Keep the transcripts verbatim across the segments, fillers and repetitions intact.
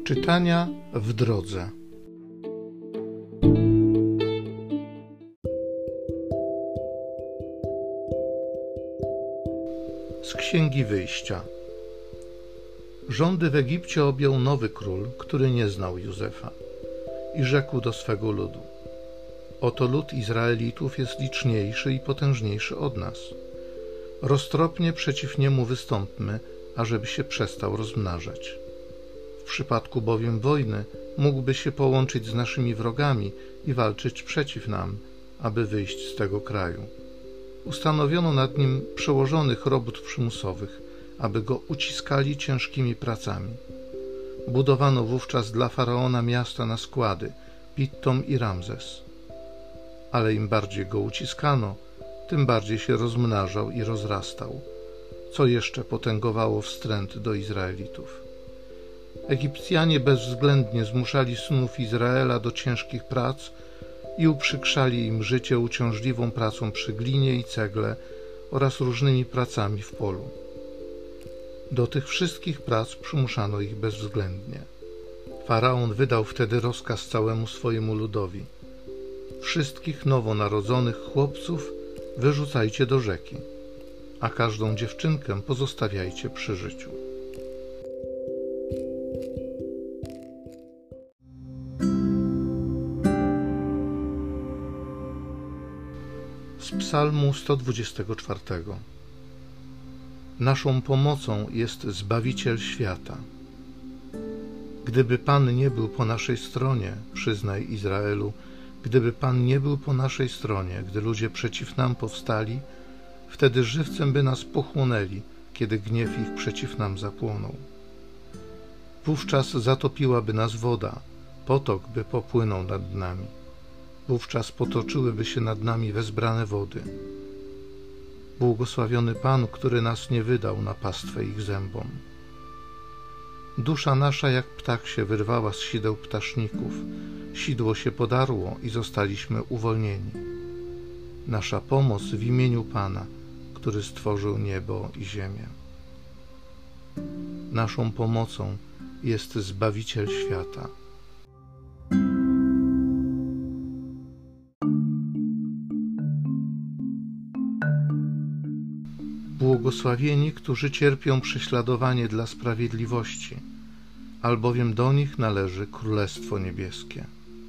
Czytania w drodze. Z Księgi Wyjścia. Rządy w Egipcie objął nowy król, który nie znał Józefa, i rzekł do swego ludu: oto lud Izraelitów jest liczniejszy i potężniejszy od nas. Roztropnie przeciw niemu wystąpmy, ażeby się przestał rozmnażać. W przypadku bowiem wojny mógłby się połączyć z naszymi wrogami i walczyć przeciw nam, aby wyjść z tego kraju. Ustanowiono nad nim przełożonych robót przymusowych, aby go uciskali ciężkimi pracami. Budowano wówczas dla faraona miasta na składy, Pittom i Ramzes. Ale im bardziej go uciskano, tym bardziej się rozmnażał i rozrastał, co jeszcze potęgowało wstręt do Izraelitów. Egipcjanie bezwzględnie zmuszali synów Izraela do ciężkich prac i uprzykrzali im życie uciążliwą pracą przy glinie i cegle oraz różnymi pracami w polu. Do tych wszystkich prac przymuszano ich bezwzględnie. Faraon wydał wtedy rozkaz całemu swojemu ludowi: wszystkich nowonarodzonych chłopców wyrzucajcie do rzeki, a każdą dziewczynkę pozostawiajcie przy życiu. Z Psalmu sto dwudziestego czwartego. Naszą pomocą jest Zbawiciel świata. Gdyby Pan nie był po naszej stronie, przyznaj Izraelu, gdyby Pan nie był po naszej stronie, gdy ludzie przeciw nam powstali, wtedy żywcem by nas pochłonęli, kiedy gniew ich przeciw nam zapłonął. Wówczas zatopiłaby nas woda, potok by popłynął nad nami. Wówczas potoczyłyby się nad nami wezbrane wody. Błogosławiony Pan, który nas nie wydał na pastwę ich zębom. Dusza nasza jak ptak się wyrwała z sideł ptaszników, sidło się podarło i zostaliśmy uwolnieni. Nasza pomoc w imieniu Pana, który stworzył niebo i ziemię. Naszą pomocą jest Zbawiciel świata. Błogosławieni, którzy cierpią prześladowanie dla sprawiedliwości, albowiem do nich należy Królestwo Niebieskie.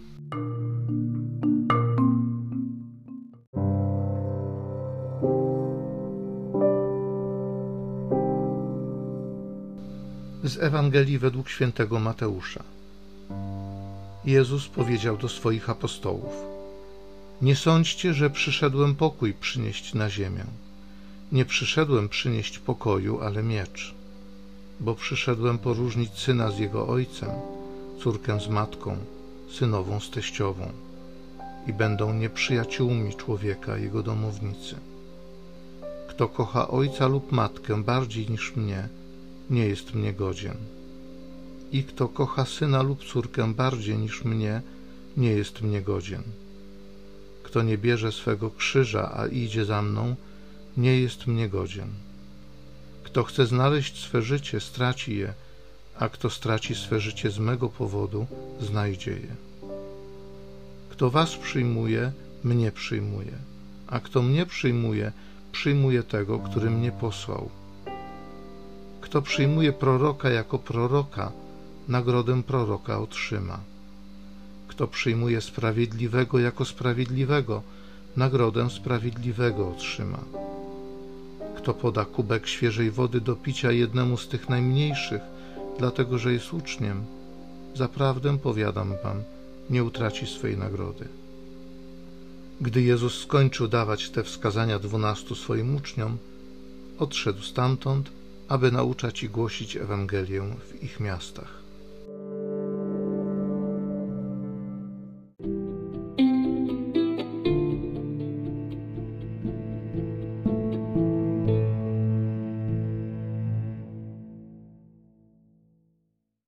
Z Ewangelii według świętego Mateusza. Jezus powiedział do swoich apostołów: nie sądźcie, że przyszedłem pokój przynieść na ziemię. Nie przyszedłem przynieść pokoju, ale miecz, bo przyszedłem poróżnić syna z jego ojcem, córkę z matką, synową z teściową, i będą nieprzyjaciółmi człowieka jego domownicy. Kto kocha ojca lub matkę bardziej niż mnie, nie jest mnie godzien. I kto kocha syna lub córkę bardziej niż mnie, nie jest mnie godzien. Kto nie bierze swego krzyża, a idzie za mną, nie jest mnie godzien. Kto chce znaleźć swe życie, straci je, a kto straci swe życie z mego powodu, znajdzie je. Kto was przyjmuje, mnie przyjmuje, a kto mnie przyjmuje, przyjmuje tego, który mnie posłał. Kto przyjmuje proroka jako proroka, nagrodę proroka otrzyma. Kto przyjmuje sprawiedliwego jako sprawiedliwego, nagrodę sprawiedliwego otrzyma. Kto poda kubek świeżej wody do picia jednemu z tych najmniejszych, dlatego że jest uczniem, zaprawdę powiadam wam, nie utraci swej nagrody. Gdy Jezus skończył dawać te wskazania dwunastu swoim uczniom, odszedł stamtąd, aby nauczać i głosić Ewangelię w ich miastach.